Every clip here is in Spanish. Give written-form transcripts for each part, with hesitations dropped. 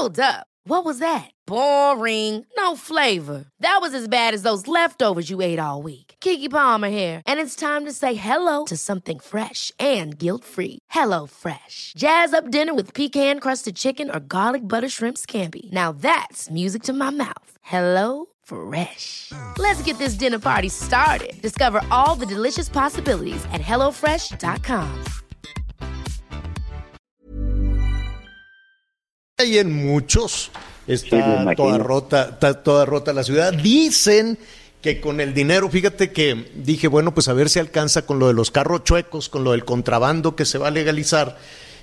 Hold up. What was that? Boring. No flavor. That was as bad as those leftovers you ate all week. Keke Palmer here. And it's time to say hello to something fresh and guilt-free. Hello Fresh. Jazz up dinner with pecan-crusted chicken or garlic butter shrimp scampi. Now that's music to my mouth. Hello Fresh. Let's get this dinner party started. Discover all the delicious possibilities at hellofresh.com. Y en muchos está toda rota la ciudad. Dicen que con el dinero, fíjate que dije, bueno, pues a ver si alcanza con lo de los carros chuecos, con lo del contrabando que se va a legalizar.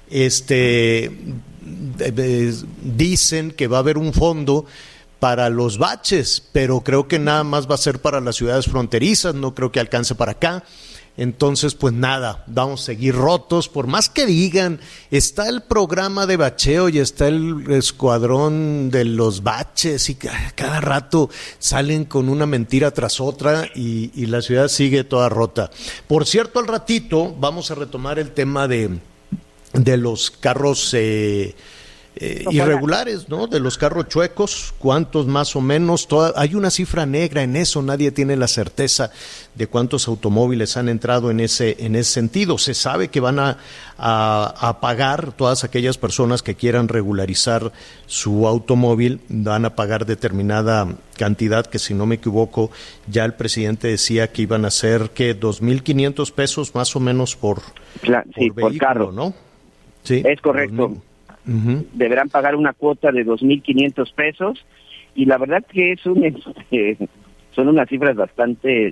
Dicen que va a haber un fondo para los baches, pero creo que nada más va a ser para las ciudades fronterizas, no creo que alcance para acá. Entonces, pues nada, vamos a seguir rotos, por más que digan, está el programa de bacheo y está el escuadrón de los baches y cada rato salen con una mentira tras otra y la ciudad sigue toda rota. Por cierto, al ratito vamos a retomar el tema de los carros irregulares, ¿no? De los carros chuecos, cuántos más o menos. Hay una cifra negra en eso, nadie tiene la certeza de cuántos automóviles han entrado en ese sentido. Se sabe que van a pagar, todas aquellas personas que quieran regularizar su automóvil, van a pagar determinada cantidad, que si no me equivoco, ya el presidente decía que iban a ser, ¿qué? 2,500 pesos más o menos por vehículo, por carro, ¿no? Sí, es correcto. Deberán pagar una cuota de 2,500 pesos y la verdad que es son unas cifras bastante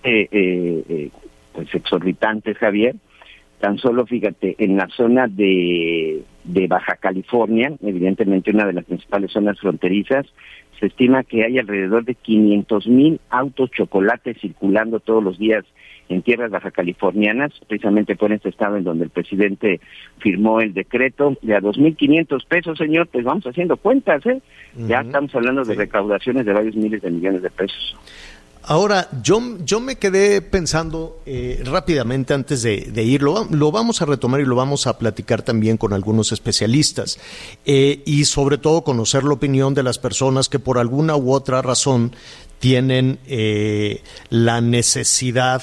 pues exorbitantes, Javier. Tan solo fíjate, en la zona de Baja California, evidentemente una de las principales zonas fronterizas, se estima que hay alrededor de 500,000 autos chocolates circulando todos los días en tierras bajacalifornianas, precisamente por este estado en donde el presidente firmó el decreto de a 2,500 pesos, señor. Pues vamos haciendo cuentas, ya estamos hablando de recaudaciones de varios miles de millones de pesos. Ahora, yo me quedé pensando rápidamente antes de ir, lo vamos a retomar y lo vamos a platicar también con algunos especialistas y sobre todo conocer la opinión de las personas que por alguna u otra razón tienen la necesidad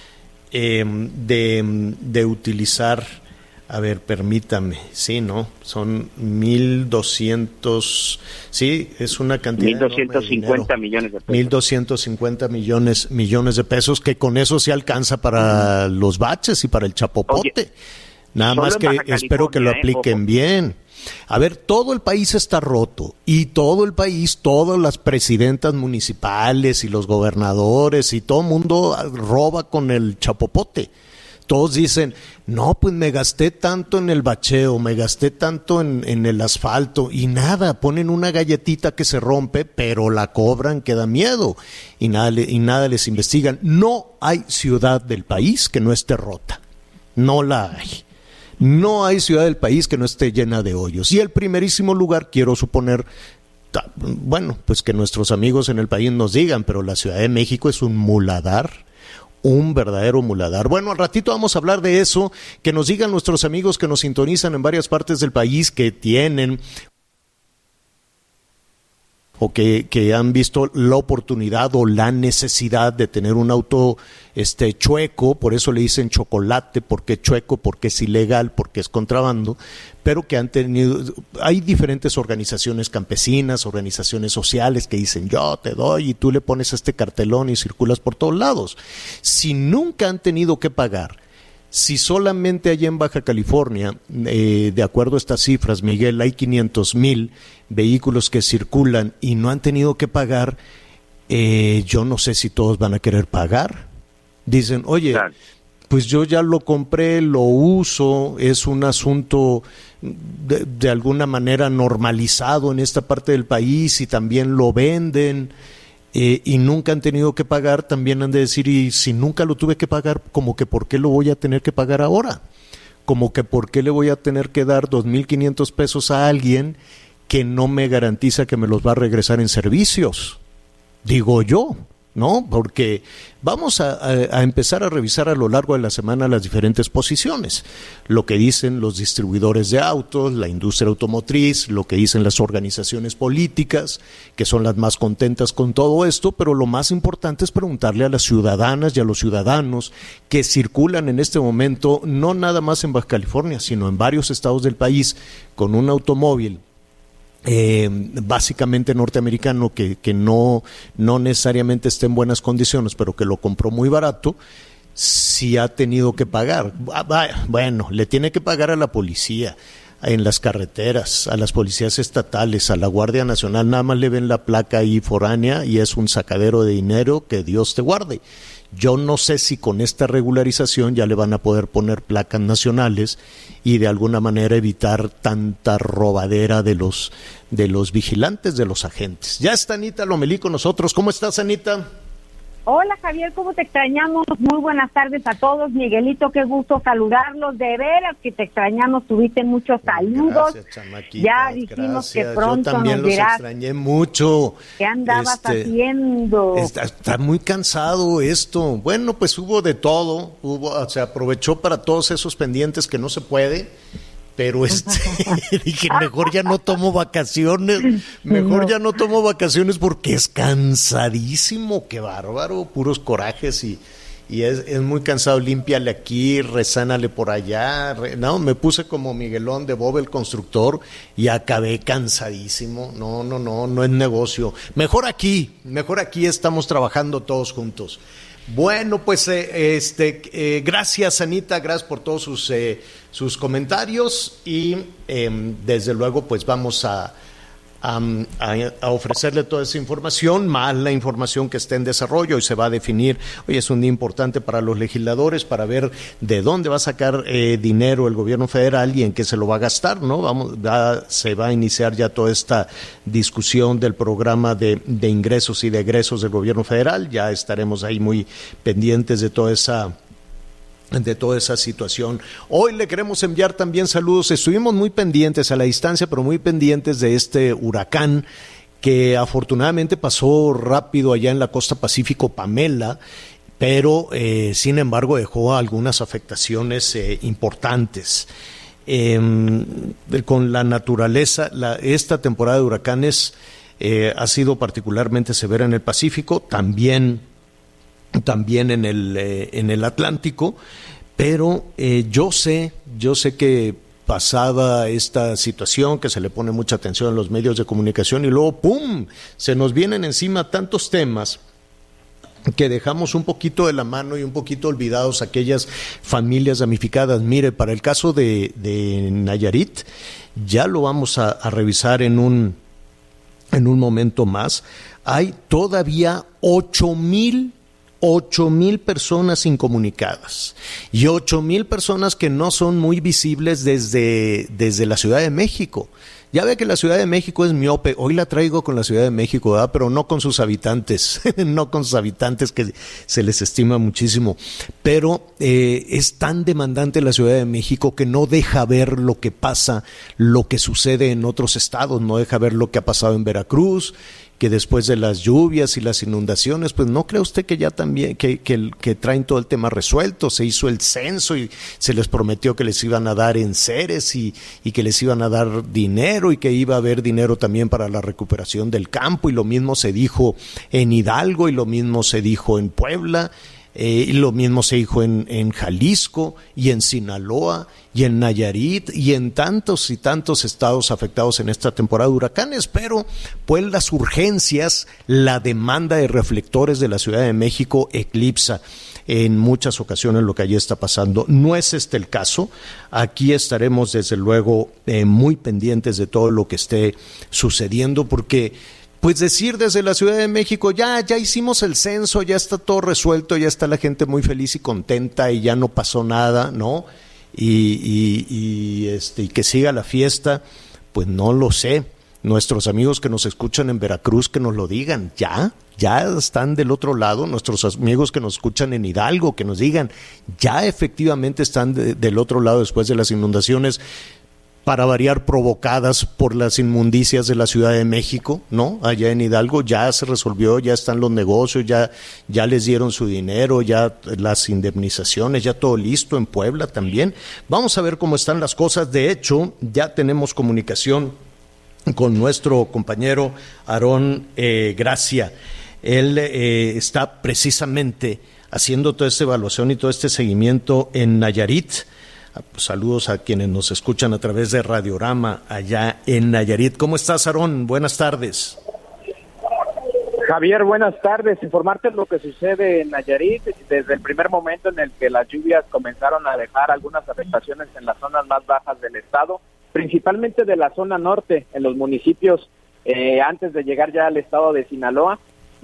de utilizar, a ver, permítame, sí, ¿no? Son 1,200, sí, es una cantidad 1,250 millones de pesos. 1,250 millones de pesos, que con eso se alcanza para los baches y para el chapopote. Oye, nada más que espero que lo apliquen bien. A ver, todo el país está roto y todo el país, todas las presidentas municipales y los gobernadores y todo el mundo roba con el chapopote. Todos dicen, no, pues me gasté tanto en el bacheo, me gasté tanto en el asfalto y nada, ponen una galletita que se rompe, pero la cobran, que da miedo y nada les investigan. No hay ciudad del país que no esté rota, no la hay. No hay ciudad del país que no esté llena de hoyos. Y el primerísimo lugar, quiero suponer, bueno, pues que nuestros amigos en el país nos digan, pero la Ciudad de México es un muladar, un verdadero muladar. Bueno, al ratito vamos a hablar de eso, que nos digan nuestros amigos que nos sintonizan en varias partes del país que tienen o que han visto la oportunidad o la necesidad de tener un auto chueco, por eso le dicen chocolate, porque chueco, porque es ilegal, porque es contrabando, pero que han tenido, hay diferentes organizaciones campesinas, organizaciones sociales que dicen yo te doy y tú le pones este cartelón y circulas por todos lados. Si nunca han tenido que pagar, si solamente allá en Baja California, de acuerdo a estas cifras, Miguel, hay 500,000 vehículos que circulan y no han tenido que pagar, yo no sé si todos van a querer pagar. Dicen, oye, pues yo ya lo compré, lo uso, es un asunto de alguna manera normalizado en esta parte del país y también lo venden. Y nunca han tenido que pagar, también han de decir, y si nunca lo tuve que pagar, como que ¿por qué lo voy a tener que pagar ahora? Como que ¿por qué le voy a tener que dar 2,500 pesos a alguien que no me garantiza que me los va a regresar en servicios? Digo yo, ¿no? Porque vamos a empezar a revisar a lo largo de la semana las diferentes posiciones, lo que dicen los distribuidores de autos, la industria automotriz, lo que dicen las organizaciones políticas, que son las más contentas con todo esto, pero lo más importante es preguntarle a las ciudadanas y a los ciudadanos que circulan en este momento, no nada más en Baja California, sino en varios estados del país, con un automóvil básicamente norteamericano que no necesariamente esté en buenas condiciones, pero que lo compró muy barato, si ha tenido que pagar. Bueno, le tiene que pagar a la policía en las carreteras, a las policías estatales, a la Guardia Nacional. Nada más le ven la placa ahí foránea y es un sacadero de dinero, que Dios te guarde. Yo no sé si con esta regularización ya le van a poder poner placas nacionales y de alguna manera evitar tanta robadera de los vigilantes, de los agentes. Ya está Anita Lomelí con nosotros. ¿Cómo estás, Anita? Hola, Javier, ¿cómo te extrañamos? Muy buenas tardes a todos. Miguelito, qué gusto saludarlos. De veras que te extrañamos, tuviste muchos saludos. Gracias, chamaquita, ya dijimos que pronto yo también nos dirás. Los extrañé mucho. ¿Qué andabas haciendo? Está muy cansado esto. Bueno, pues hubo de todo. Se aprovechó para todos esos pendientes que no se puede. Pero dije, mejor ya no tomo vacaciones, ya no tomo vacaciones porque es cansadísimo, qué bárbaro, puros corajes y es muy cansado. Límpiale aquí, resánale por allá. No, me puse como Miguelón de Bob el Constructor y acabé cansadísimo. No es negocio. Mejor aquí estamos trabajando todos juntos. Bueno, pues gracias, Anita, gracias por todos sus comentarios y desde luego pues vamos a ofrecerle toda esa información, más la información que está en desarrollo y se va a definir. Hoy es un día importante para los legisladores para ver de dónde va a sacar dinero el gobierno federal y en qué se lo va a gastar, ¿no? Se va a iniciar ya toda esta discusión del programa de ingresos y de egresos del gobierno federal. Ya estaremos ahí muy pendientes de toda esa situación. Hoy le queremos enviar también saludos. Estuvimos muy pendientes a la distancia, pero muy pendientes de este huracán que afortunadamente pasó rápido allá en la costa Pacífico, Pamela, pero sin embargo dejó algunas afectaciones importantes. Con la naturaleza, esta temporada de huracanes ha sido particularmente severa en el Pacífico, también en el Atlántico, pero yo sé que pasada esta situación, que se le pone mucha atención en los medios de comunicación y luego ¡pum!, se nos vienen encima tantos temas que dejamos un poquito de la mano y un poquito olvidados aquellas familias damnificadas. Mire, para el caso de Nayarit, ya lo vamos a revisar en un momento más. Hay todavía 8,000 personas incomunicadas y 8,000 personas que no son muy visibles desde la Ciudad de México. Ya ve que la Ciudad de México es miope. Hoy la traigo con la Ciudad de México, ¿verdad? Pero no con sus habitantes, no con sus habitantes, que se les estima muchísimo. Pero es tan demandante la Ciudad de México que no deja ver lo que pasa, lo que sucede en otros estados, no deja ver lo que ha pasado en Veracruz, que después de las lluvias y las inundaciones, pues no cree usted que ya también, que traen todo el tema resuelto. Se hizo el censo y se les prometió que les iban a dar enseres y que les iban a dar dinero y que iba a haber dinero también para la recuperación del campo, y lo mismo se dijo en Hidalgo y lo mismo se dijo en Puebla. Y lo mismo se dijo en Jalisco y en Sinaloa y en Nayarit y en tantos y tantos estados afectados en esta temporada de huracanes, pero pues las urgencias, la demanda de reflectores de la Ciudad de México eclipsa en muchas ocasiones lo que allí está pasando. No es este el caso. Aquí estaremos desde luego muy pendientes de todo lo que esté sucediendo, porque pues decir desde la Ciudad de México, ya hicimos el censo, ya está todo resuelto, ya está la gente muy feliz y contenta y ya no pasó nada, ¿no? Y que siga la fiesta, pues no lo sé. Nuestros amigos que nos escuchan en Veracruz, que nos lo digan, ya están del otro lado. Nuestros amigos que nos escuchan en Hidalgo, que nos digan, ya efectivamente están del otro lado después de las inundaciones. para variar provocadas por las inmundicias de la Ciudad de México, ¿no? Allá en Hidalgo ya se resolvió, ya están los negocios, ya les dieron su dinero, ya las indemnizaciones, ya todo listo. En Puebla también. Vamos a ver cómo están las cosas. De hecho, ya tenemos comunicación con nuestro compañero Aarón Gracia. Él está precisamente haciendo toda esta evaluación y todo este seguimiento en Nayarit. Saludos a quienes nos escuchan a través de Radiorama allá en Nayarit. ¿Cómo estás, Aarón? Buenas tardes. Javier, buenas tardes. Informarte lo que sucede en Nayarit desde el primer momento en el que las lluvias comenzaron a dejar algunas afectaciones en las zonas más bajas del estado, principalmente de la zona norte, en los municipios antes de llegar ya al estado de Sinaloa.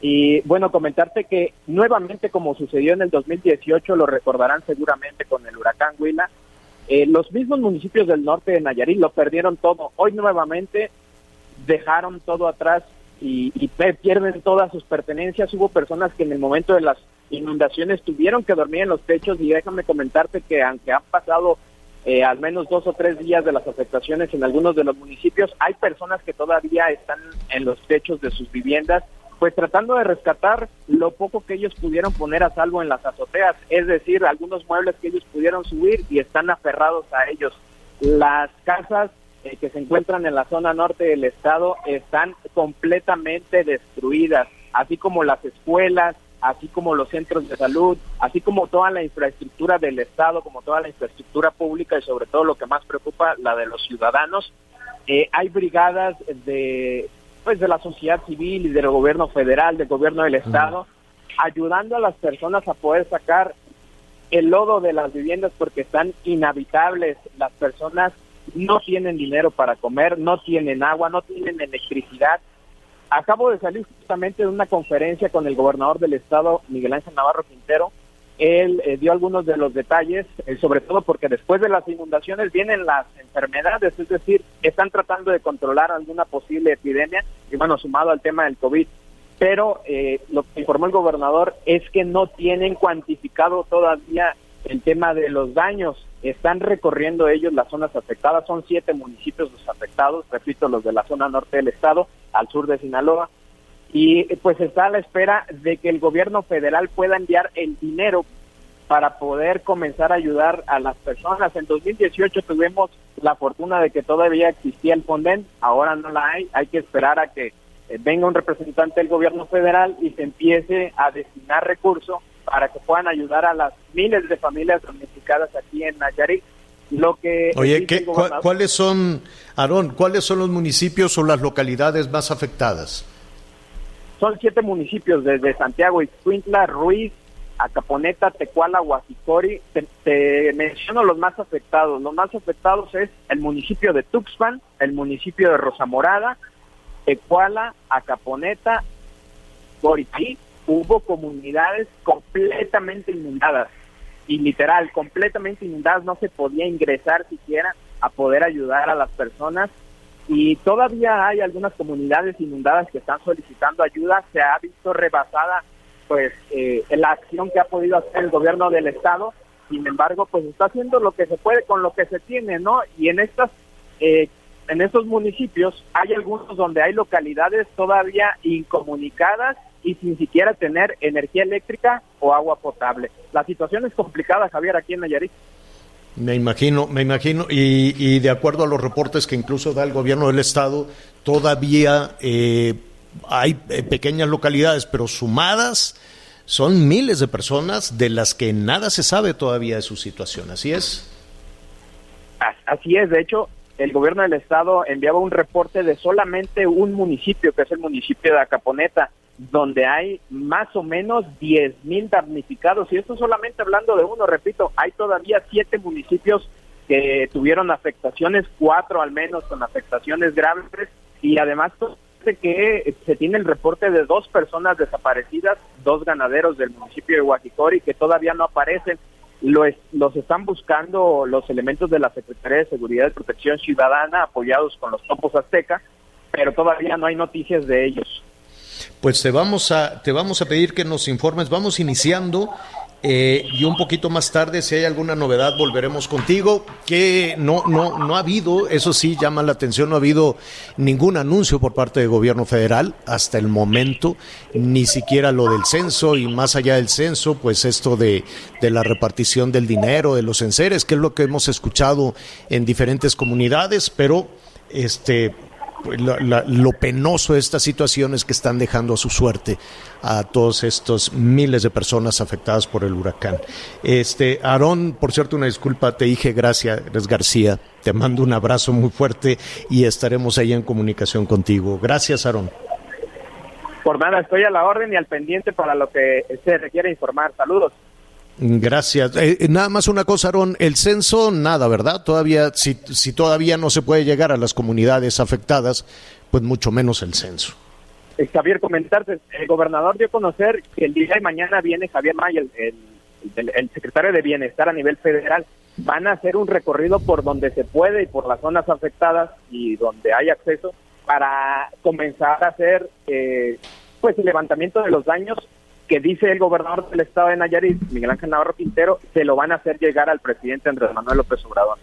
Y bueno, comentarte que nuevamente, como sucedió en el 2018, lo recordarán seguramente con el huracán Huila, los mismos municipios del norte de Nayarit lo perdieron todo. Hoy nuevamente dejaron todo atrás y pierden todas sus pertenencias. Hubo personas que en el momento de las inundaciones tuvieron que dormir en los techos, y déjame comentarte que aunque han pasado al menos 2 o 3 días de las afectaciones en algunos de los municipios, hay personas que todavía están en los techos de sus viviendas, pues tratando de rescatar lo poco que ellos pudieron poner a salvo en las azoteas, es decir, algunos muebles que ellos pudieron subir y están aferrados a ellos. Las casas que se encuentran en la zona norte del estado están completamente destruidas, así como las escuelas, así como los centros de salud, así como toda la infraestructura del estado, como toda la infraestructura pública, y sobre todo lo que más preocupa, la de los ciudadanos. Hay brigadas de la sociedad civil y del gobierno federal, del gobierno del estado, ayudando a las personas a poder sacar el lodo de las viviendas porque están inhabitables. Las personas no tienen dinero para comer, no tienen agua, no tienen electricidad. Acabo de salir justamente de una conferencia con el gobernador del estado, Miguel Ángel Navarro Quintero. Él dio algunos de los detalles, sobre todo porque después de las inundaciones vienen las enfermedades, es decir, están tratando de controlar alguna posible epidemia, y bueno, sumado al tema del COVID. Pero lo que informó el gobernador es que no tienen cuantificado todavía el tema de los daños. Están recorriendo ellos las zonas afectadas, son 7 municipios los afectados, repito, los de la zona norte del estado, al sur de Sinaloa, y pues está a la espera de que el gobierno federal pueda enviar el dinero para poder comenzar a ayudar a las personas. En 2018 tuvimos la fortuna de que todavía existía el Fonden, ahora no la hay que esperar a que venga un representante del gobierno federal y se empiece a destinar recursos para que puedan ayudar a las miles de familias damnificadas aquí en Nayarit. Oye, ¿cuáles son, Aarón, cuáles son los municipios o las localidades más afectadas? Son 7 municipios, desde Santiago, Ixcuintla, Ruiz, Acaponeta, Tecuala, Huajicori. Te menciono los más afectados. Los más afectados es el municipio de Tuxpan, el municipio de Rosamorada, Tecuala, Acaponeta, Corití. Hubo comunidades completamente inundadas, y literal, completamente inundadas, no se podía ingresar siquiera a poder ayudar a las personas. Y todavía hay algunas comunidades inundadas que están solicitando ayuda. Se ha visto rebasada pues la acción que ha podido hacer el gobierno del estado. Sin embargo, pues está haciendo lo que se puede con lo que se tiene, ¿no? Y en estos municipios hay algunos donde hay localidades todavía incomunicadas y sin siquiera tener energía eléctrica o agua potable. La situación es complicada, Javier, aquí en Nayarit. Me imagino, y de acuerdo a los reportes que incluso da el gobierno del estado, todavía hay pequeñas localidades, pero sumadas son miles de personas de las que nada se sabe todavía de su situación. ¿Así es? Así es. De hecho, el gobierno del estado enviaba un reporte de solamente un municipio, que es el municipio de Acaponeta, donde hay más o menos 10,000 damnificados, y esto solamente hablando de uno. Repito, hay todavía 7 municipios que tuvieron afectaciones, 4 al menos con afectaciones graves, y además que se tiene el reporte de 2 personas desaparecidas, 2 ganaderos del municipio de Huajicori que todavía no aparecen. Los están buscando los elementos de la Secretaría de Seguridad y Protección Ciudadana, apoyados con los Topos Azteca, pero todavía no hay noticias de ellos. Pues te vamos a pedir que nos informes. Vamos iniciando Y un poquito más tarde, si hay alguna novedad, volveremos contigo. Que no ha habido, eso sí llama la atención, no ha habido ningún anuncio por parte del gobierno federal hasta el momento, ni siquiera lo del censo, y más allá del censo, pues esto de la repartición del dinero, de los enseres, que es lo que hemos escuchado en diferentes comunidades, pero lo penoso de esta situación es que están dejando a su suerte a todos estos miles de personas afectadas por el huracán. Aarón, por cierto, una disculpa, te dije gracias, eres García, te mando un abrazo muy fuerte y estaremos ahí en comunicación contigo. Gracias, Aarón. Por nada, estoy a la orden y al pendiente para lo que se requiera informar. Saludos. Gracias. Nada más una cosa, Aarón, el censo, nada, ¿verdad? Todavía, si todavía no se puede llegar a las comunidades afectadas, pues mucho menos el censo. Javier, comentarte, el gobernador dio a conocer que el día de mañana viene Javier May, el secretario de Bienestar a nivel federal. Van a hacer un recorrido por donde se puede y por las zonas afectadas y donde hay acceso para comenzar a hacer pues el levantamiento de los daños que dice el gobernador del estado de Nayarit, Miguel Ángel Navarro Quintero, se lo van a hacer llegar al presidente Andrés Manuel López Obrador.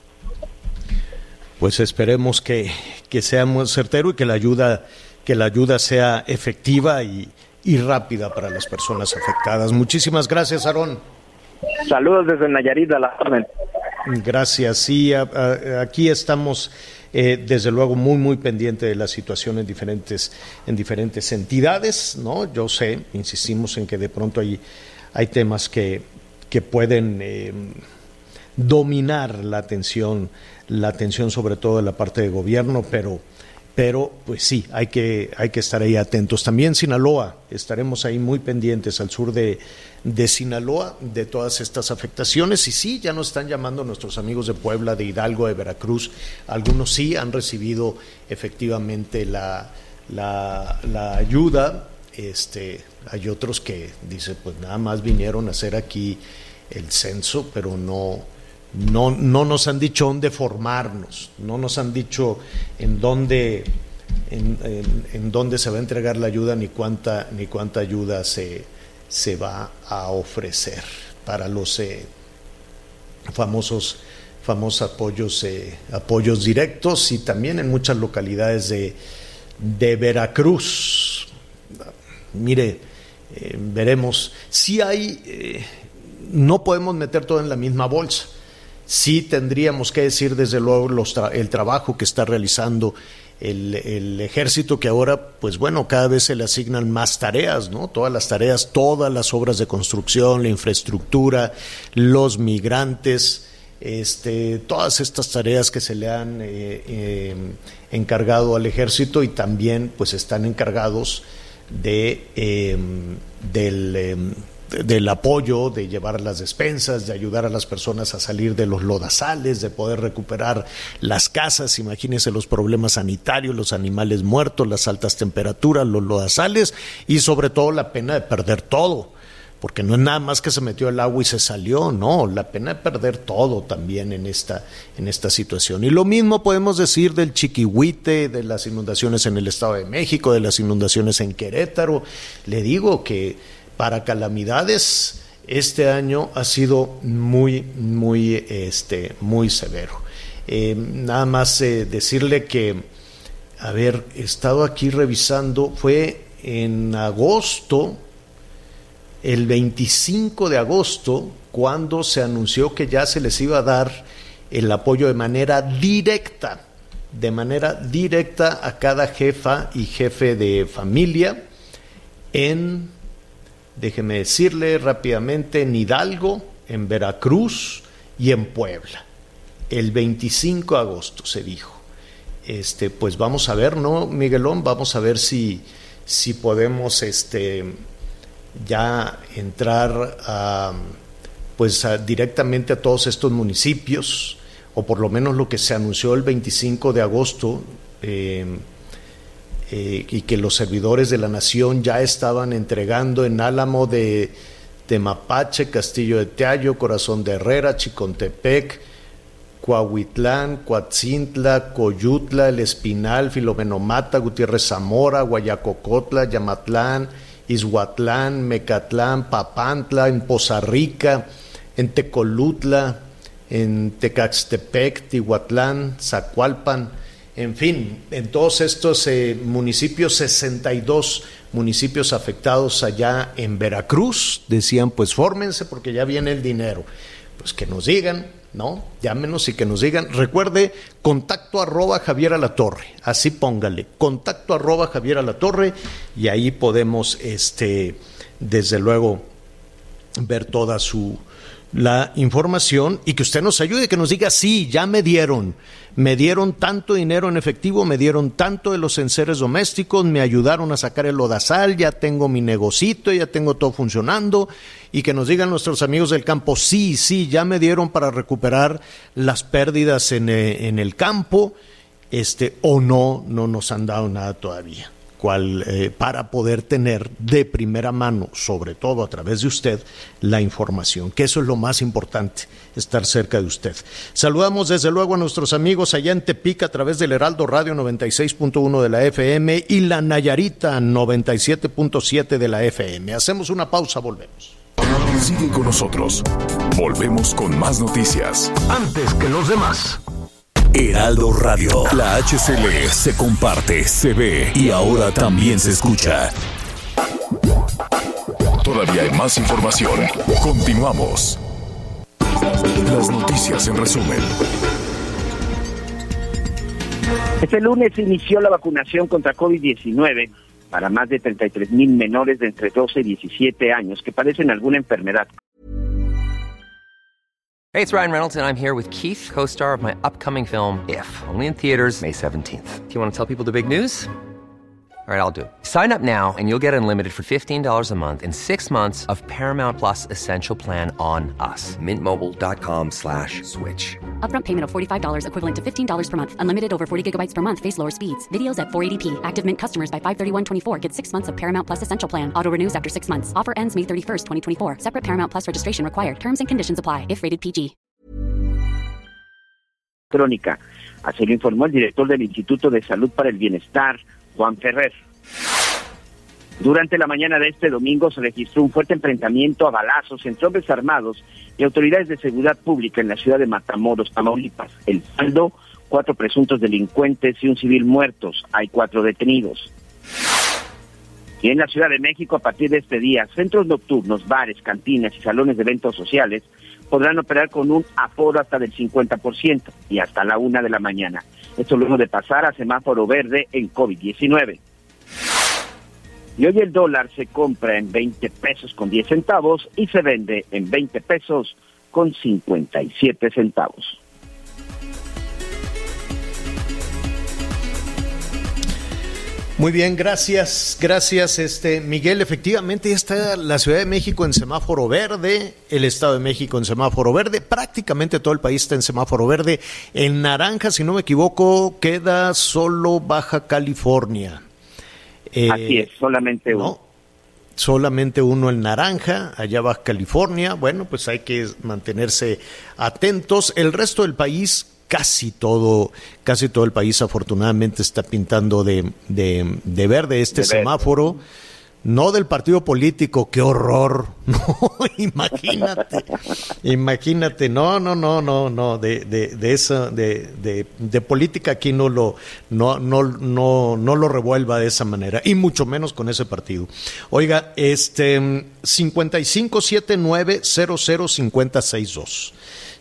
Pues esperemos que sea muy certero y que la ayuda sea efectiva y rápida para las personas afectadas. Muchísimas gracias, Aarón. Saludos desde Nayarit, a la orden. Gracias. Sí, aquí estamos desde luego muy pendiente de la situación en diferentes entidades, ¿no? Yo sé, insistimos en que de pronto hay temas que pueden dominar la atención sobre todo de la parte de gobierno, pero pues sí, hay que estar ahí atentos. También Sinaloa, estaremos ahí muy pendientes al sur de Sinaloa de todas estas afectaciones. Y sí, ya nos están llamando nuestros amigos de Puebla, de Hidalgo, de Veracruz. Algunos sí han recibido efectivamente la ayuda. Hay otros que dicen, pues nada más vinieron a hacer aquí el censo, pero no nos han dicho dónde formarnos, no nos han dicho en dónde se va a entregar la ayuda ni cuánta ayuda se va a ofrecer para los famosos apoyos directos, y también en muchas localidades de Veracruz. Mire, veremos. Si hay, no podemos meter todo en la misma bolsa. Sí tendríamos que decir desde luego el trabajo que está realizando el ejército, que ahora, pues bueno, cada vez se le asignan más tareas, ¿no? Todas las tareas, todas las obras de construcción, la infraestructura, los migrantes, todas estas tareas que se le han encargado al ejército, y también pues están encargados del apoyo, de llevar las despensas, de ayudar a las personas a salir de los lodazales, de poder recuperar las casas. Imagínense los problemas sanitarios, los animales muertos, las altas temperaturas, los lodazales, y sobre todo la pena de perder todo, porque no es nada más que se metió el agua y se salió, no, la pena de perder todo también en esta situación. Y lo mismo podemos decir del Chiquihuite, de las inundaciones en el Estado de México, de las inundaciones en Querétaro. Le digo que para calamidades este año ha sido muy severo. Nada más decirle que, he estado aquí revisando, fue en agosto, el 25 de agosto, cuando se anunció que ya se les iba a dar el apoyo de manera directa a cada jefa y jefe de familia déjeme decirle rápidamente, en Hidalgo, en Veracruz y en Puebla. El 25 de agosto se dijo. Pues vamos a ver, ¿no, Miguelón? Vamos a ver si podemos ya entrar directamente a todos estos municipios, o por lo menos lo que se anunció el 25 de agosto, y que los servidores de la nación ya estaban entregando en Álamo de Mapache, Castillo de Teayo, Corazón de Herrera, Chicontepec, Coahuitlán, Coatzintla, Coyutla, El Espinal, Filomeno Mata, Gutiérrez Zamora, Guayacocotla, Yamatlán, Izhuatlán, Mecatlán, Papantla, en Poza Rica, en Tecolutla, en Tecaxtepec, Tihuatlán, Zacualpan, en fin, en todos estos municipios, 62 municipios afectados allá en Veracruz, decían, pues fórmense porque ya viene el dinero. Pues que nos digan, ¿no? Llámenos y que nos digan. Recuerde, @Javier Alatorre, así póngale, @Javier Alatorre, y ahí podemos, desde luego, ver toda la información y que usted nos ayude, que nos diga, sí, ya me dieron tanto dinero en efectivo, me dieron tanto de los enseres domésticos, me ayudaron a sacar el lodazal, ya tengo mi negocito, ya tengo todo funcionando, y que nos digan nuestros amigos del campo, sí, ya me dieron para recuperar las pérdidas en el campo, o no nos han dado nada todavía. Para poder tener de primera mano, sobre todo a través de usted, la información, que eso es lo más importante, estar cerca de usted. Saludamos desde luego a nuestros amigos allá en Tepic a través del Heraldo Radio 96.1 de la FM y la Nayarita 97.7 de la FM. Hacemos una pausa, volvemos. Sigue con nosotros. Volvemos con más noticias. Antes que los demás. Heraldo Radio. La HCL se comparte, se ve y ahora también se escucha. Todavía hay más información. Continuamos. Las noticias en resumen. Este lunes inició la vacunación contra COVID-19 para más de 33,000 menores de entre 12 y 17 años que padecen alguna enfermedad. Hey, it's Ryan Reynolds, and I'm here with Keith, co-star of my upcoming film, If, only in theaters May 17th. Do you want to tell people the big news? All right, I'll do it. Sign up now and you'll get unlimited for $15 a month and 6 months of Paramount Plus Essential Plan on us. MintMobile.com/switch. Upfront payment of $45 equivalent to $15 per month. Unlimited over 40 gigabytes per month. Face lower speeds. Videos at 480p. Active Mint customers by 531.24 get 6 months of Paramount Plus Essential Plan. Auto renews after 6 months. Offer ends May 31st, 2024. Separate Paramount Plus registration required. Terms and conditions apply if rated PG. Crónica. Así lo informó el director del Instituto de Salud para el Bienestar, Juan Ferrer. Durante la mañana de este domingo se registró un fuerte enfrentamiento a balazos entre hombres armados y autoridades de seguridad pública en la ciudad de Matamoros, Tamaulipas. El saldo, 4 presuntos delincuentes y un civil muertos. Hay 4 detenidos. Y en la Ciudad de México, a partir de este día, centros nocturnos, bares, cantinas y salones de eventos sociales podrán operar con un aforo hasta del 50% y hasta la 1 de la mañana. Esto luego de pasar a semáforo verde en COVID-19. Y hoy el dólar se compra en 20 pesos con 10 centavos y se vende en 20 pesos con 57 centavos. Muy bien, gracias, Miguel. Efectivamente ya está la Ciudad de México en semáforo verde, el Estado de México en semáforo verde, prácticamente todo el país está en semáforo verde. En naranja, si no me equivoco, queda solo Baja California. Así es, solamente uno. ¿No? Solamente uno en naranja, allá Baja California. Bueno, pues hay que mantenerse atentos. El resto del país, casi todo el país afortunadamente está pintando de verde este semáforo. No del partido político, qué horror. No, imagínate, no, de eso, de política aquí no lo revuelva de esa manera, y mucho menos con ese partido. Oiga, 5579005062.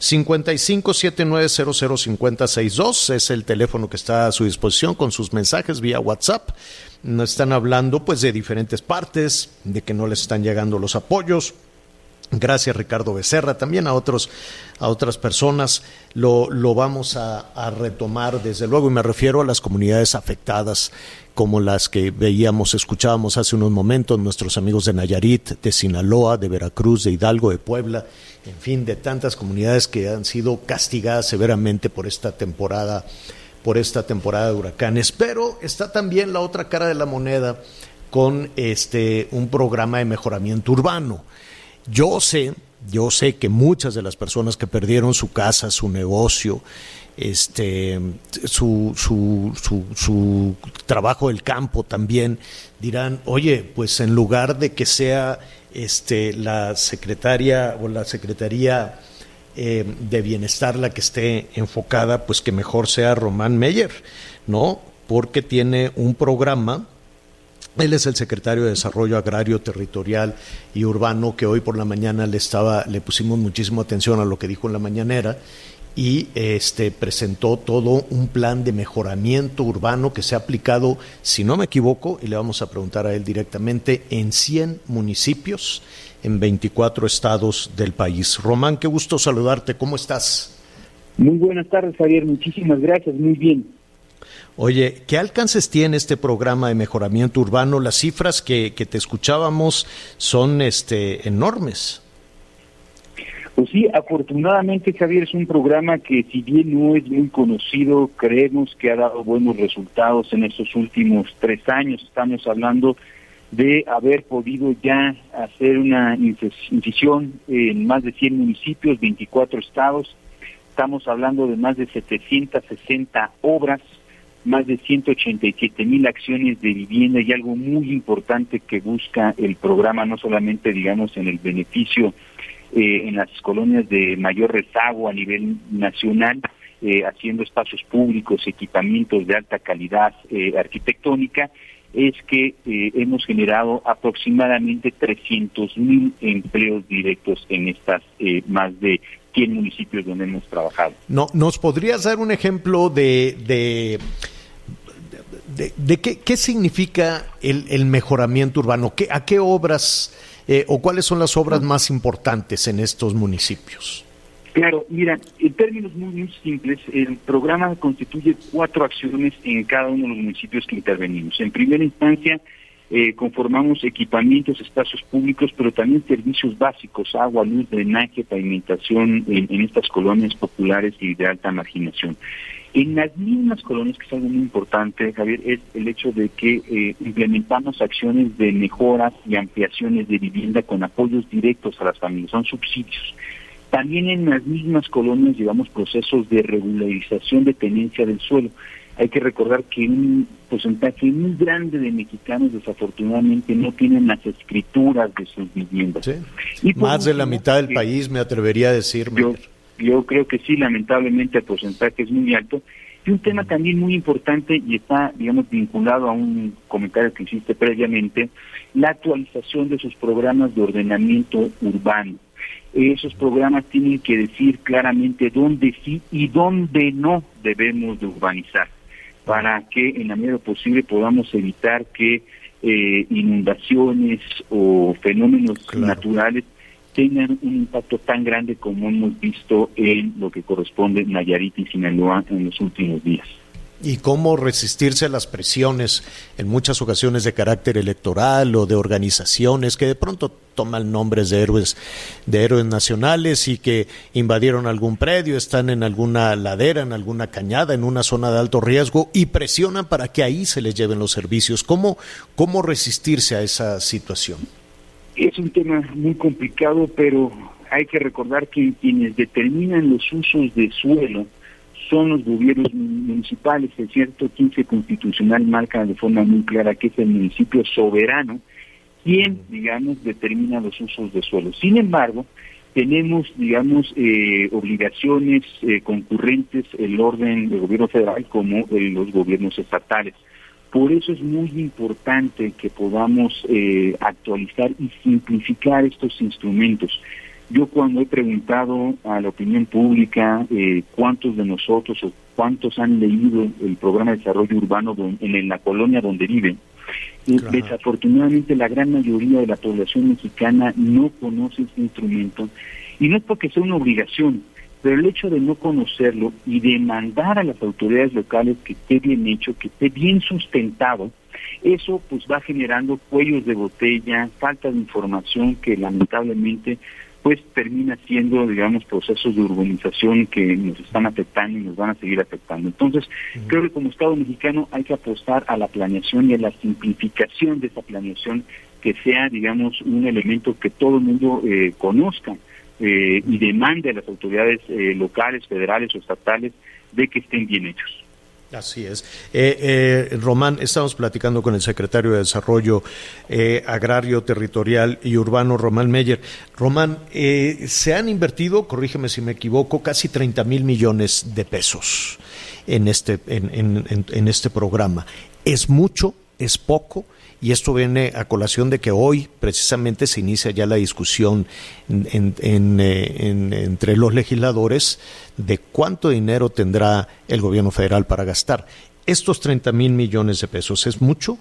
5579005062 es el teléfono que está a su disposición con sus mensajes vía WhatsApp. Nos están hablando pues de diferentes partes, de que no les están llegando los apoyos. Gracias, Ricardo Becerra, también a otras personas. Lo vamos a retomar, desde luego, y me refiero a las comunidades afectadas, como las que escuchábamos hace unos momentos, nuestros amigos de Nayarit, de Sinaloa, de Veracruz, de Hidalgo, de Puebla, en fin, de tantas comunidades que han sido castigadas severamente por esta temporada de huracanes. Pero está también la otra cara de la moneda con un programa de mejoramiento urbano. Yo sé Yo sé que muchas de las personas que perdieron su casa, su negocio, su trabajo del campo también, dirán, oye, pues en lugar de que sea la secretaria o la Secretaría de Bienestar la que esté enfocada, pues que mejor sea Román Meyer, ¿no? Porque tiene un programa. Él es el secretario de Desarrollo Agrario, Territorial y Urbano, que hoy por la mañana le pusimos muchísima atención a lo que dijo en la mañanera, y presentó todo un plan de mejoramiento urbano que se ha aplicado, si no me equivoco, y le vamos a preguntar a él directamente, en 100 municipios en 24 estados del país. Román, qué gusto saludarte, ¿cómo estás? Muy buenas tardes, Javier, muchísimas gracias, muy bien. Oye, ¿qué alcances tiene este programa de mejoramiento urbano? Las cifras que te escuchábamos son enormes. Pues sí, afortunadamente, Javier, es un programa que, si bien no es muy conocido, creemos que ha dado buenos resultados en estos últimos 3 años. Estamos hablando de haber podido ya hacer una incisión en más de 100 municipios, 24 estados. Estamos hablando de más de 760 obras, más de 187,000 acciones de vivienda, y algo muy importante que busca el programa, no solamente, digamos, en el beneficio en las colonias de mayor rezago a nivel nacional, haciendo espacios públicos, equipamientos de alta calidad arquitectónica, es que hemos generado aproximadamente 300,000 empleos directos en estas más de 100 municipios donde hemos trabajado. No, ¿nos podrías dar un ejemplo de qué significa el mejoramiento urbano? ¿A qué obras o cuáles son las obras más importantes en estos municipios? Claro, mira, en términos muy simples, el programa constituye 4 acciones en cada uno de los municipios que intervenimos. En primera instancia, conformamos equipamientos, espacios públicos, pero también servicios básicos, agua, luz, drenaje, pavimentación en estas colonias populares y de alta marginación. En las mismas colonias, que es algo muy importante, Javier, es el hecho de que implementamos acciones de mejoras y ampliaciones de vivienda con apoyos directos a las familias, son subsidios. También en las mismas colonias llevamos procesos de regularización de tenencia del suelo. Hay que recordar que un porcentaje muy grande de mexicanos desafortunadamente no tienen las escrituras de sus viviendas. Sí. Y más de la mitad del país, me atrevería a decir. Yo creo que sí, lamentablemente el porcentaje es muy alto. Y un tema también muy importante, y está, digamos, vinculado a un comentario que hiciste previamente, la actualización de sus programas de ordenamiento urbano. Esos programas tienen que decir claramente dónde sí y dónde no debemos de urbanizar, para que en la medida posible podamos evitar que inundaciones o fenómenos naturales tengan un impacto tan grande como hemos visto en lo que corresponde Nayarit y Sinaloa en los últimos días. Y cómo resistirse a las presiones en muchas ocasiones de carácter electoral o de organizaciones que de pronto toman nombres de héroes nacionales y que invadieron algún predio, están en alguna ladera, en alguna cañada, en una zona de alto riesgo y presionan para que ahí se les lleven los servicios. ¿Cómo resistirse a esa situación? Es un tema muy complicado, pero hay que recordar que quienes determinan los usos de suelo son los gobiernos municipales. El 115 constitucional marca de forma muy clara que es el municipio soberano quien, digamos, determina los usos de suelo. Sin embargo, tenemos, digamos, obligaciones concurrentes, el orden del gobierno federal como los gobiernos estatales. Por eso es muy importante que podamos actualizar y simplificar estos instrumentos. Yo cuando he preguntado a la opinión pública cuántos de nosotros o cuántos han leído el programa de desarrollo urbano en la colonia donde viven, desafortunadamente la gran mayoría de la población mexicana no conoce este instrumento, y no es porque sea una obligación, pero el hecho de no conocerlo y demandar a las autoridades locales que esté bien hecho, que esté bien sustentado, eso pues va generando cuellos de botella, falta de información que lamentablemente pues termina siendo, digamos, procesos de urbanización que nos están afectando y nos van a seguir afectando. Entonces, creo que como Estado mexicano hay que apostar a la planeación y a la simplificación de esa planeación, que sea, digamos, un elemento que todo el mundo conozca, y demande a las autoridades locales, federales o estatales de que estén bien hechos. Así es. Román, estamos platicando con el secretario de Desarrollo Agrario, Territorial y Urbano, Román Meyer. Román, se han invertido, corrígeme si me equivoco, casi 30,000 millones de pesos en este programa. ¿Es mucho? ¿Es poco? Y esto viene a colación de que hoy precisamente se inicia ya la discusión entre los legisladores de cuánto dinero tendrá el gobierno federal para gastar. ¿Estos 30,000 millones de pesos es mucho?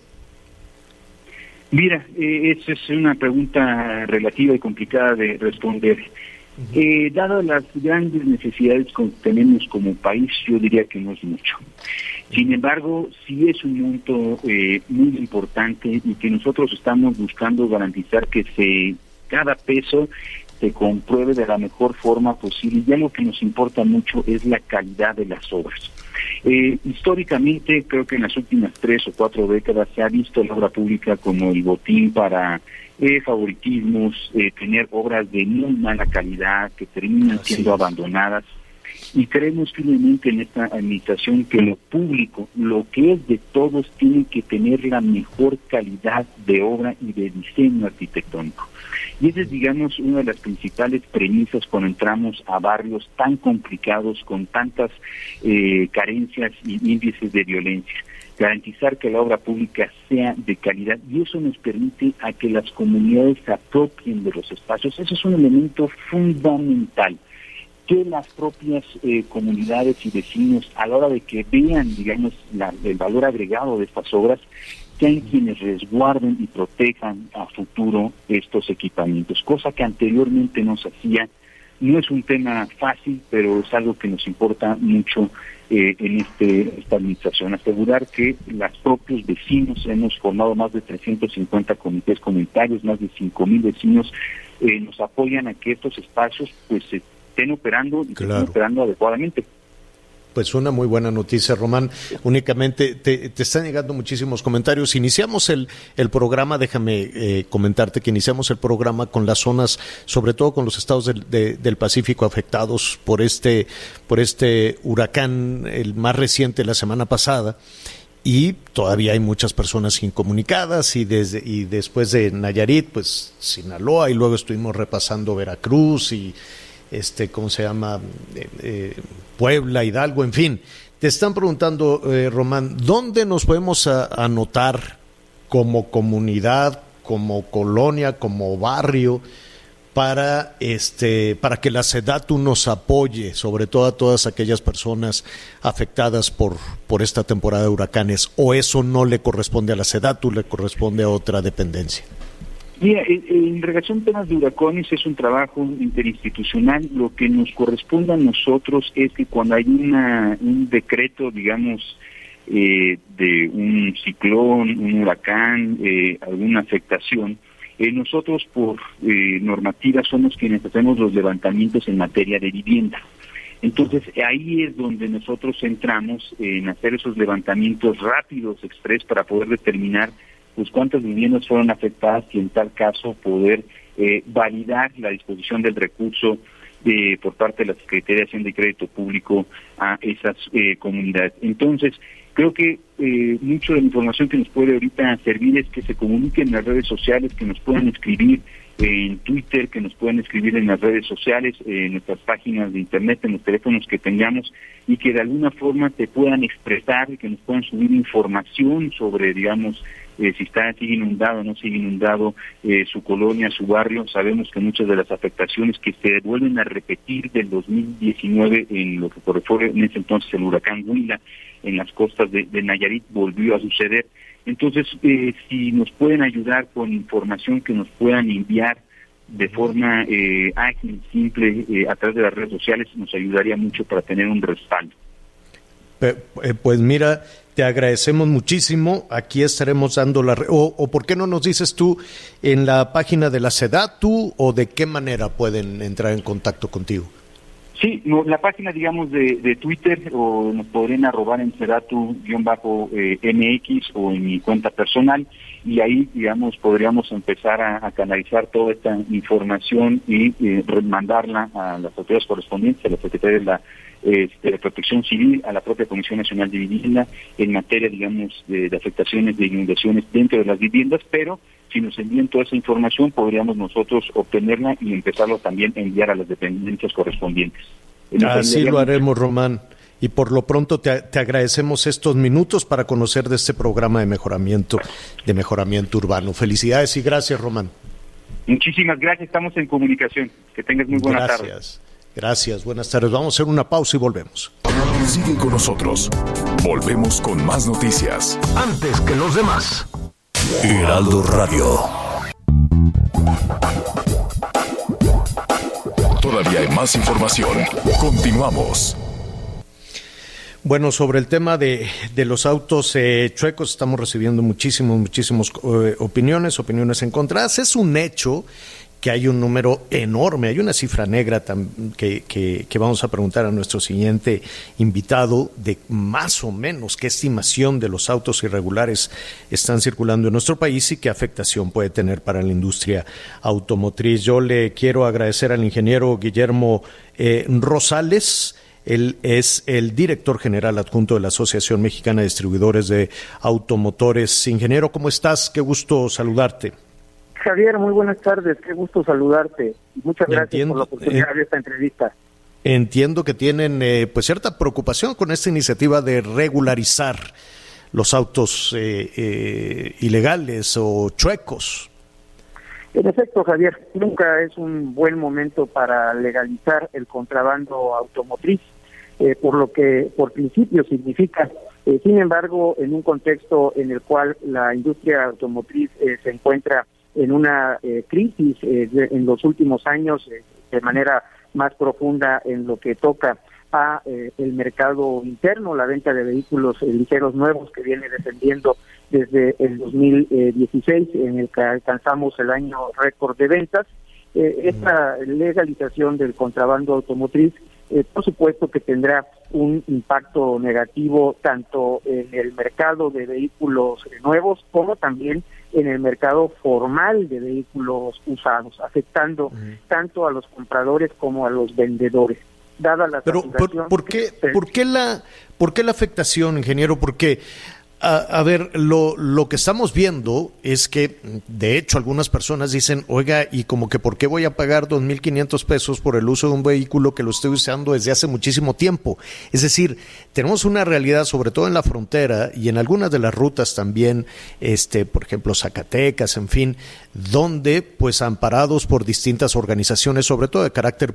Mira, esa es una pregunta relativa y complicada de responder. Dado las grandes necesidades que tenemos como país, yo diría que no es mucho. Sin embargo, sí es un monto muy importante y que nosotros estamos buscando garantizar que cada peso se compruebe de la mejor forma posible. Y algo que nos importa mucho es la calidad de las obras. Históricamente, creo que en las últimas 3 o 4 décadas se ha visto la obra pública como el botín para favoritismos, tener obras de muy mala calidad que terminan siendo abandonadas. Y creemos firmemente en esta administración que lo público, lo que es de todos, tiene que tener la mejor calidad de obra y de diseño arquitectónico. Y esa es, digamos, una de las principales premisas cuando entramos a barrios tan complicados, con tantas carencias y índices de violencia. Garantizar que la obra pública sea de calidad, y eso nos permite a que las comunidades se apropien de los espacios. Eso es un elemento fundamental, que las propias comunidades y vecinos, a la hora de que vean, digamos, el valor agregado de estas obras, sean quienes resguarden y protejan a futuro estos equipamientos, cosa que anteriormente no se hacía. No es un tema fácil, pero es algo que nos importa mucho en esta administración. Asegurar que los propios vecinos, hemos formado más de 350 comités comunitarios, más de 5,000 vecinos, nos apoyan a que estos espacios pues se estén operando y estén operando adecuadamente. Pues una muy buena noticia, Román. Únicamente te están llegando muchísimos comentarios. Iniciamos el programa, déjame comentarte que iniciamos el programa con las zonas, sobre todo con los estados del Pacífico afectados por este huracán, el más reciente la semana pasada. Y todavía hay muchas personas incomunicadas y después de Nayarit, pues Sinaloa, y luego estuvimos repasando Veracruz y ¿cómo se llama? Puebla, Hidalgo, en fin. Te están preguntando, Román, ¿dónde nos podemos anotar como comunidad, como colonia, como barrio, para que la SEDATU nos apoye, sobre todo a todas aquellas personas afectadas por esta temporada de huracanes? ¿O eso no le corresponde a la SEDATU, le corresponde a otra dependencia? Mira, en relación a temas de huracanes es un trabajo interinstitucional. Lo que nos corresponde a nosotros es que cuando hay un decreto, digamos, de un ciclón, un huracán, alguna afectación, nosotros por normativa somos quienes hacemos los levantamientos en materia de vivienda. Entonces ahí es donde nosotros entramos en hacer esos levantamientos rápidos, express, para poder determinar pues cuántas viviendas fueron afectadas y en tal caso poder validar la disposición del recurso por parte de la Secretaría de Hacienda y Crédito Público a esas comunidades. Entonces, creo que mucho de la información que nos puede ahorita servir es que se comuniquen en las redes sociales, que nos puedan escribir en Twitter, que nos puedan escribir en las redes sociales, en nuestras páginas de internet, en los teléfonos que tengamos, y que de alguna forma te puedan expresar y que nos puedan subir información sobre, digamos, si sigue inundado o no sigue inundado su colonia, su barrio. Sabemos que muchas de las afectaciones que se vuelven a repetir del 2019 en lo que fue en ese entonces el huracán Huila en las costas de Nayarit volvió a suceder. Entonces, si nos pueden ayudar con información que nos puedan enviar de forma ágil, simple, a través de las redes sociales, nos ayudaría mucho para tener un respaldo. Pues mira, te agradecemos muchísimo. Aquí estaremos dando o ¿por qué no nos dices tú en la página de la SEDATU o de qué manera pueden entrar en contacto contigo? Sí, la página, digamos, de Twitter, o nos podrían arrobar en Ceratu-MX o en mi cuenta personal, y ahí, digamos, podríamos empezar a canalizar toda esta información y mandarla a las autoridades correspondientes, a la Secretaría de Protección Civil, a la propia Comisión Nacional de Vivienda, en materia, digamos, de afectaciones de inundaciones dentro de las viviendas, pero si nos envían toda esa información, podríamos nosotros obtenerla y empezarlo también a enviar a las dependencias correspondientes. Así lo haremos, Román. Y por lo pronto te agradecemos estos minutos para conocer de este programa de mejoramiento urbano. Felicidades y gracias, Román. Muchísimas gracias, estamos en comunicación. Que tengas muy buena tarde. Gracias, buenas tardes. Vamos a hacer una pausa y volvemos. Sigue con nosotros. Volvemos con más noticias. Antes que los demás. Heraldo Radio. Todavía hay más información. Continuamos. Bueno, sobre el tema de los autos chuecos, estamos recibiendo muchísimas opiniones encontradas. Es un hecho que hay un número enorme, hay una cifra negra que vamos a preguntar a nuestro siguiente invitado de más o menos qué estimación de los autos irregulares están circulando en nuestro país y qué afectación puede tener para la industria automotriz. Yo le quiero agradecer al ingeniero Guillermo Rosales. Él es el director general adjunto de la Asociación Mexicana de Distribuidores de Automotores. Ingeniero, ¿cómo estás? Qué gusto saludarte. Javier, muy buenas tardes, qué gusto saludarte. Muchas gracias por la oportunidad de esta entrevista. Entiendo que tienen pues cierta preocupación con esta iniciativa de regularizar los autos ilegales o chuecos. En efecto, Javier, nunca es un buen momento para legalizar el contrabando automotriz, por lo que por principio significa. Sin embargo, en un contexto en el cual la industria automotriz se encuentra en una crisis en los últimos años, de manera más profunda en lo que toca a el mercado interno, la venta de vehículos ligeros nuevos que viene descendiendo desde el 2016, en el que alcanzamos el año récord de ventas. Esta legalización del contrabando automotriz, por supuesto que tendrá un impacto negativo tanto en el mercado de vehículos nuevos como también en el mercado formal de vehículos usados, afectando tanto a los compradores como a los vendedores. Dada la saturación. ¿Por qué la afectación, ingeniero? Porque a ver, lo que estamos viendo es que, de hecho, algunas personas dicen, oiga, y como que ¿por qué voy a pagar 2,500 pesos por el uso de un vehículo que lo estoy usando desde hace muchísimo tiempo? Es decir, tenemos una realidad, sobre todo en la frontera y en algunas de las rutas también, por ejemplo, Zacatecas, en fin, donde, pues, amparados por distintas organizaciones, sobre todo de carácter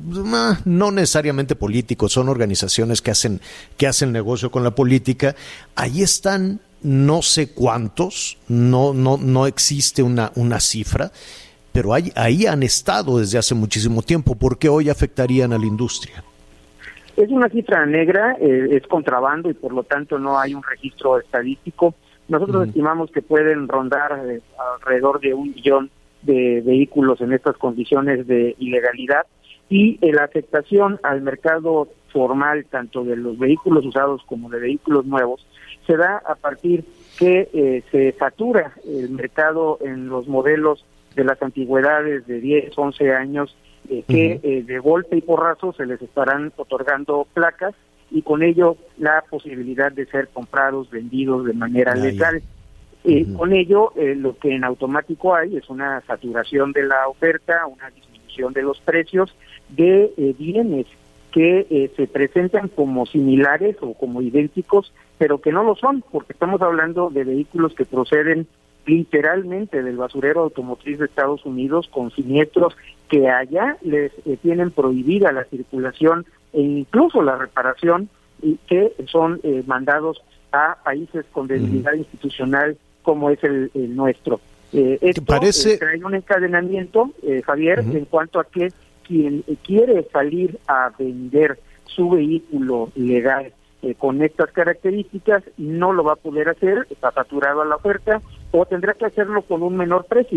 no necesariamente político, son organizaciones que hacen negocio con la política, ahí están no sé cuántos, no existe una cifra, pero ahí han estado desde hace muchísimo tiempo. ¿Por qué hoy afectarían a la industria? Es una cifra negra, es contrabando y por lo tanto no hay un registro estadístico. Nosotros estimamos que pueden rondar alrededor de 1 millón de vehículos en estas condiciones de ilegalidad, y la afectación al mercado formal, tanto de los vehículos usados como de vehículos nuevos, se da a partir que se satura el mercado en los modelos de las antigüedades de 10, 11 años, que de golpe y porrazo se les estarán otorgando placas y con ello la posibilidad de ser comprados, vendidos de manera legal. Con ello, lo que en automático hay es una saturación de la oferta, una disminución de los precios de bienes que se presentan como similares o como idénticos, pero que no lo son, porque estamos hablando de vehículos que proceden literalmente del basurero automotriz de Estados Unidos, con siniestros que allá les tienen prohibida la circulación e incluso la reparación, y que son mandados a países con debilidad institucional como es el nuestro. Esto trae un encadenamiento, Javier, en cuanto a que quien quiere salir a vender su vehículo legal con estas características no lo va a poder hacer, está saturado a la oferta, o tendrá que hacerlo con un menor precio.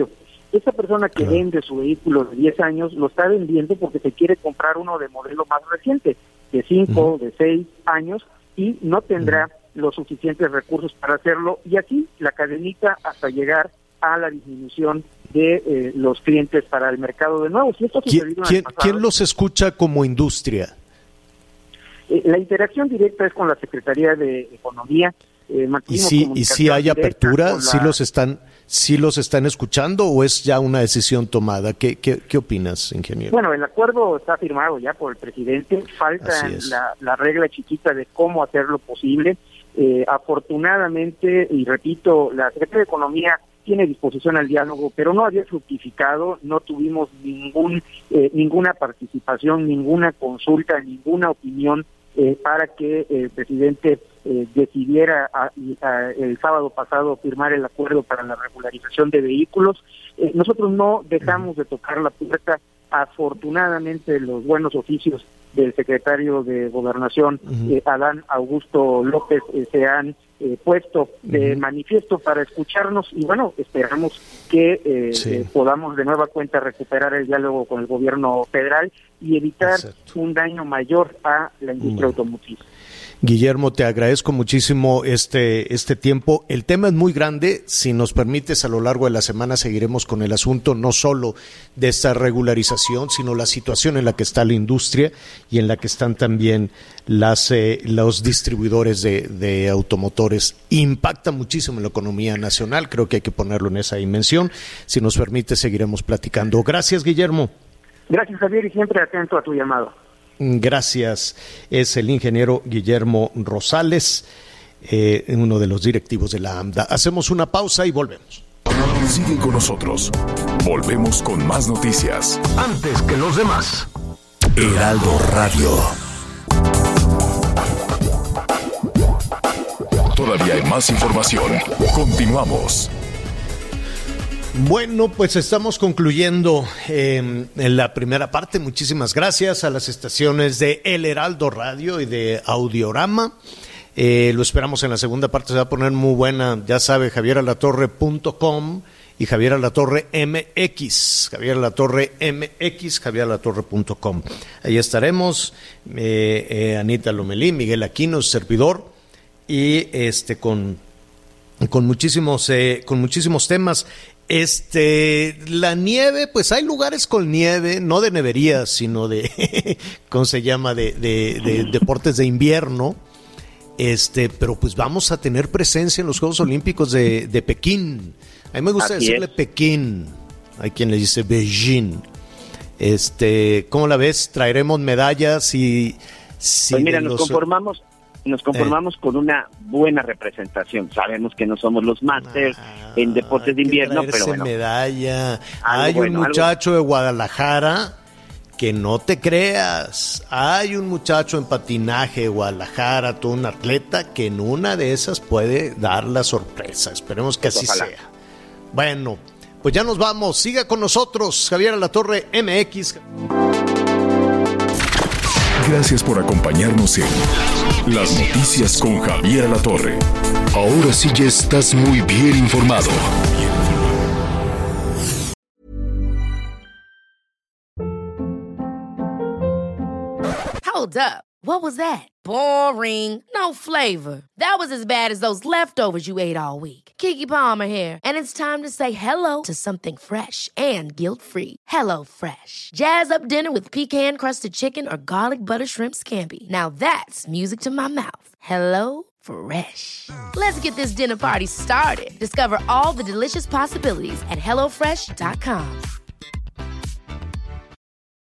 Esa persona que vende su vehículo de 10 años lo está vendiendo porque se quiere comprar uno de modelo más reciente, de 5, de 6 años, y no tendrá los suficientes recursos para hacerlo, y así la cadenita hasta llegar a la disminución de los clientes para el mercado de nuevos. Y esto ¿Quién los escucha como industria? La interacción directa es con la Secretaría de Economía. ¿Y si hay apertura? ¿Sí los están escuchando o es ya una decisión tomada? ¿Qué opinas, ingeniero? Bueno, el acuerdo está firmado ya por el presidente. Falta la regla chiquita de cómo hacerlo posible. Afortunadamente, y repito, la Secretaría de Economía tiene disposición al diálogo, pero no había fructificado, no tuvimos ninguna participación, ninguna consulta, ninguna opinión para que el presidente decidiera el sábado pasado firmar el acuerdo para la regularización de vehículos. Nosotros no dejamos de tocar la puerta. Afortunadamente, los buenos oficios del secretario de Gobernación, Adán Augusto López, se han puesto de manifiesto para escucharnos, y bueno, esperamos que podamos de nueva cuenta recuperar el diálogo con el gobierno federal y evitar un daño mayor a la industria automotriz. Guillermo, te agradezco muchísimo este tiempo. El tema es muy grande. Si nos permites, a lo largo de la semana seguiremos con el asunto, no solo de esta regularización, sino la situación en la que está la industria y en la que están también los distribuidores de automotores. Impacta muchísimo en la economía nacional. Creo que hay que ponerlo en esa dimensión. Si nos permite, seguiremos platicando. Gracias, Guillermo. Gracias, Javier, y siempre atento a tu llamado. Gracias. Es el ingeniero Guillermo Rosales, uno de los directivos de la AMDA. Hacemos una pausa y volvemos. Sigue con nosotros. Volvemos con más noticias. Antes que los demás. Heraldo Radio. Todavía hay más información. Continuamos. Bueno, pues estamos concluyendo en la primera parte. Muchísimas gracias a las estaciones de El Heraldo Radio y de Audiorama. Lo esperamos en la segunda parte, se va a poner muy buena. Ya sabe, javieralatorre.com y Javier Alatorre MX, Javier Alatorre MX, javieralatorre.com. Ahí estaremos, Anita Lomelí, Miguel Aquino, servidor, y con muchísimos temas. La nieve, pues hay lugares con nieve, no de neverías, sino de, ¿cómo se llama? De deportes de invierno. Pero pues vamos a tener presencia en los Juegos Olímpicos de Pekín. A mí me gusta decirle Pekín. Hay quien le dice Beijing. ¿Cómo la ves? Traeremos medallas y pues mira, nos conformamos con una buena representación. Sabemos que no somos los másters en deportes de invierno, pero bueno. Medalla. Hay un muchacho de Guadalajara que no te creas. Hay un muchacho en patinaje de Guadalajara, todo un atleta que en una de esas puede dar la sorpresa. Esperemos que así sea. Bueno, pues ya nos vamos. Siga con nosotros, Javier Alatorre MX. Gracias por acompañarnos en Las Noticias con Javier Alatorre. Ahora sí ya estás muy bien informado. Hold up. What was that? Boring. No flavor. That was as bad as those leftovers you ate all week. Keke Palmer here, and it's time to say hello to something fresh and guilt-free. Hello Fresh. Jazz up dinner with pecan-crusted chicken or garlic butter shrimp scampi. Now that's music to my mouth. Hello Fresh. Let's get this dinner party started. Discover all the delicious possibilities at HelloFresh.com.